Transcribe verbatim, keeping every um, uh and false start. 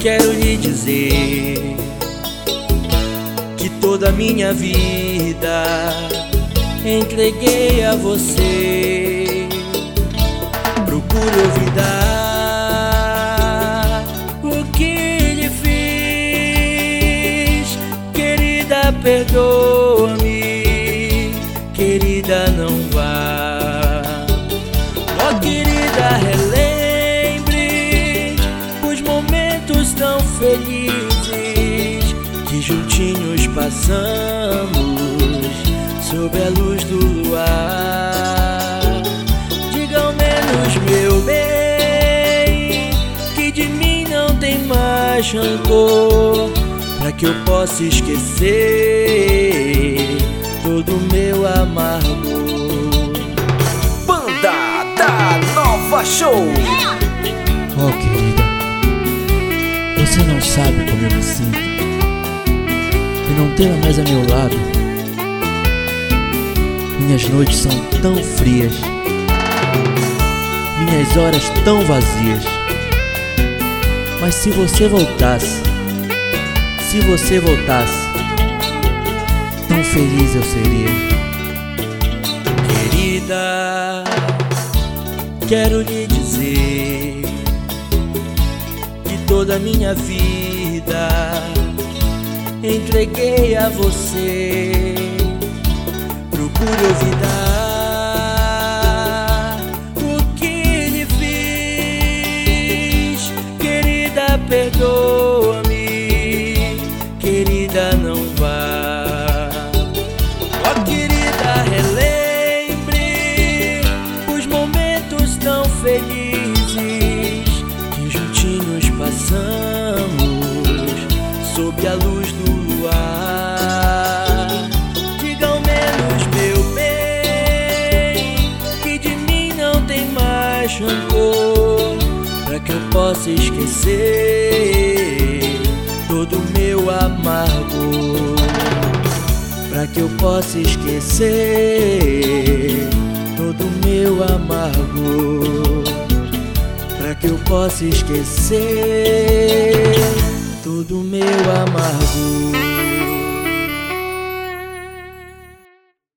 quero lhe dizer que toda a minha vida entreguei a você. Procure olvidar o que lhe fiz. Querida, perdoa-me. Querida, não vá. Ó, querida, relembre os momentos tão felizes que juntinhos passamos sob a luz do luar. Diga ao menos, meu bem, que de mim não tem mais rancor, pra que eu possa esquecer todo o meu amargor. Banda da Nova Show. Oh, querida, você não sabe como eu me sinto de não tê-la mais a meu lado. Minhas noites são tão frias, minhas horas tão vazias. Mas se você voltasse, se você voltasse, tão feliz eu seria. Querida, quero lhe dizer que toda a minha vida entreguei a você. Procure olvidar o que lhe fiz. Querida, perdoa-me. Querida, não vá. Ó, querida, relembre os momentos tão felizes que juntinhos passamos sob a luz do luar. Diga ao menos, meu bem, que de mim não tem mais rancor, pra que eu possa esquecer todo o meu amargor. Pra que eu possa esquecer todo o meu amargor. Pra que eu possa esquecer todo o meu amargor.